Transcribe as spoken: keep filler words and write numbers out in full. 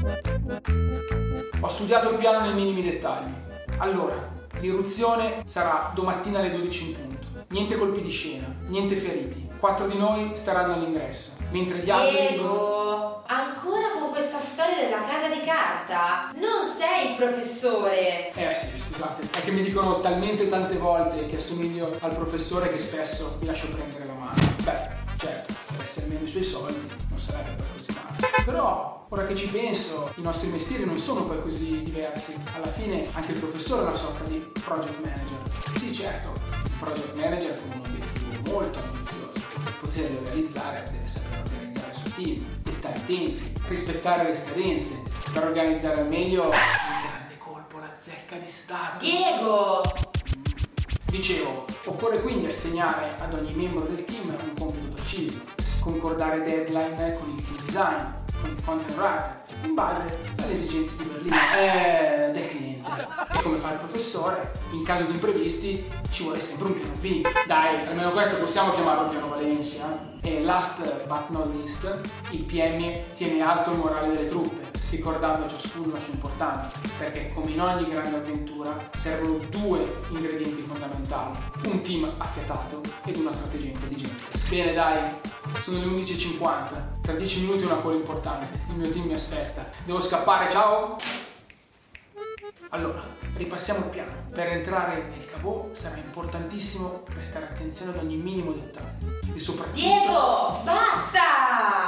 Ho studiato il piano nei minimi dettagli. Allora, l'irruzione sarà domattina alle dodici in punto. Niente colpi di scena, niente feriti. Quattro di noi staranno all'ingresso, mentre gli altri... Diego, ancora con questa storia della casa di carta? Non sei il professore! Eh sì, scusate, è che mi dicono talmente tante volte che assomiglio al professore che spesso mi lascio prendere la mano. Beh, certo, per essere meno i suoi soldi non sarebbe poi così male. Però, ora che ci penso, i nostri mestieri non sono poi così diversi. Alla fine anche il professore è una sorta di project manager. Sì, certo, il project manager con un obiettivo molto ambizioso. Per poterlo realizzare deve saper organizzare il suo team, dettare i tempi, rispettare le scadenze, per organizzare al meglio il grande colpo, la zecca di stato. Diego! Dicevo, occorre quindi assegnare ad ogni membro del team un compito preciso, concordare deadline con il team design, con il content writer, in base alle esigenze di Berlino e del cliente. E come fa il professore, in caso di imprevisti ci vuole sempre un piano B. Dai, almeno questo possiamo chiamarlo piano Valencia. E last but not least, il P M tiene alto il morale delle truppe, ricordando a ciascuno la sua importanza, perché come in ogni grande avventura servono due ingredienti fondamentali: un team affiatato ed una strategia intelligente. Bene dai, sono le undici e cinquanta, tra dieci minuti una call importante, il mio team mi aspetta, devo scappare, ciao! Allora, ripassiamo il piano. Per entrare nel cavò sarà importantissimo prestare attenzione ad ogni minimo dettaglio e soprattutto... Diego, basta!